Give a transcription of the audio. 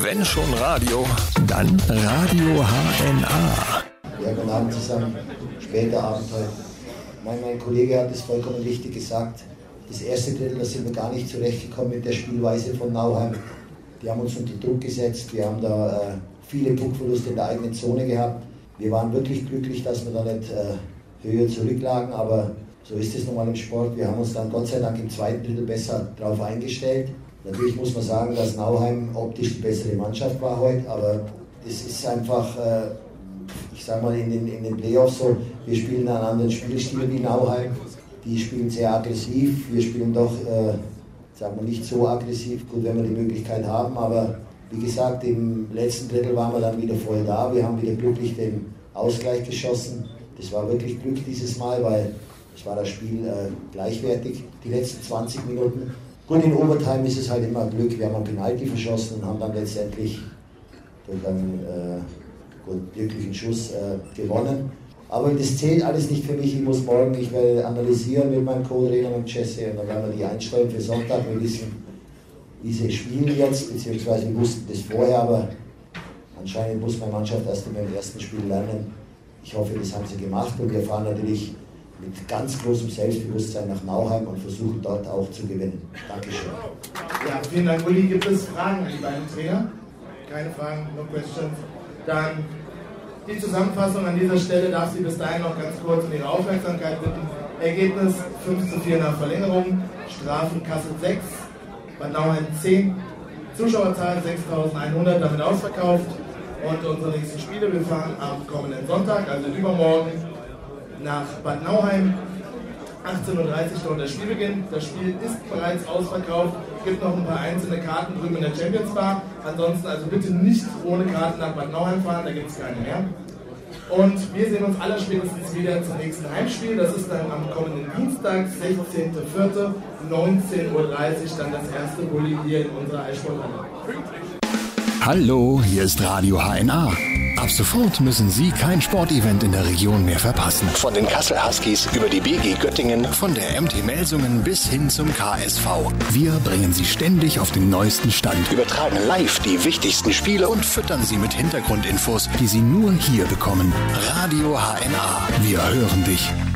Wenn schon Radio, dann Radio HNA. Ja, guten Abend zusammen. Später Abend heute. Mein Kollege hat es vollkommen richtig gesagt. Das erste Drittel, da sind wir gar nicht zurechtgekommen mit der Spielweise von Nauheim. Die haben uns unter Druck gesetzt. Wir haben da viele Puckverluste in der eigenen Zone gehabt. Wir waren wirklich glücklich, dass wir da nicht höher zurücklagen, aber so ist es nun mal im Sport. Wir haben uns dann Gott sei Dank im zweiten Drittel besser darauf eingestellt. Natürlich muss man sagen, dass Nauheim optisch die bessere Mannschaft war heute, aber es ist einfach, ich sage mal, in den Playoffs so, wir spielen einen anderen Spielstil wie Nauheim. Die spielen sehr aggressiv, wir spielen doch, sagen wir, nicht so aggressiv, gut, wenn wir die Möglichkeit haben, aber wie gesagt, im letzten Drittel waren wir dann wieder voll da, wir haben wieder glücklich den Ausgleich geschossen. Das war wirklich Glück dieses Mal, weil es war das Spiel gleichwertig, die letzten 20 Minuten. Gut, in Overtime ist es halt immer Glück, wir haben einen Penalty verschossen und haben dann letztendlich durch einen glücklichen Schuss gewonnen. Aber das zählt alles nicht für mich. Ich muss morgen, ich werde analysieren mit meinem Co-Trainer, mit Jesse, und dann werden wir die einstellen für Sonntag. Wir wissen, wie sie spielen jetzt, beziehungsweise wir wussten das vorher, aber anscheinend muss meine Mannschaft erst einmal im ersten Spiel lernen. Ich hoffe, das haben sie gemacht und wir fahren natürlich mit ganz großem Selbstbewusstsein nach Nauheim und versuchen dort auch zu gewinnen. Dankeschön. Ja, vielen Dank, Uli. Gibt es Fragen an die beiden Trainer? Keine Fragen, no questions. Dann die Zusammenfassung an dieser Stelle darf Sie bis dahin noch ganz kurz um Ihre Aufmerksamkeit bitten. Ergebnis 5:4 nach Verlängerung, Strafen Kassel 6, Bad Nauheim 10, Zuschauerzahl 6.100, damit ausverkauft. Und unsere nächsten Spiele, wir fahren am kommenden Sonntag, also übermorgen, nach Bad Nauheim. 18:30 Uhr dort der Spielbeginn. Das Spiel ist bereits ausverkauft. Es gibt noch ein paar einzelne Karten drüben in der Champions Bar. Ansonsten also bitte nicht ohne Karten nach Bad Nauheim fahren, da gibt es keine mehr. Und wir sehen uns allerspätestens wieder zum nächsten Heimspiel. Das ist dann am kommenden Dienstag, 16.04., 19:30 Uhr, dann das erste Bulli hier in unserer Eissporthalle. Hallo, hier ist Radio HNA. Ab sofort müssen Sie kein Sportevent in der Region mehr verpassen. Von den Kassel Huskies über die BG Göttingen, von der MT Melsungen bis hin zum KSV. Wir bringen Sie ständig auf den neuesten Stand, übertragen live die wichtigsten Spiele und füttern Sie mit Hintergrundinfos, die Sie nur hier bekommen. Radio HNA. Wir hören dich.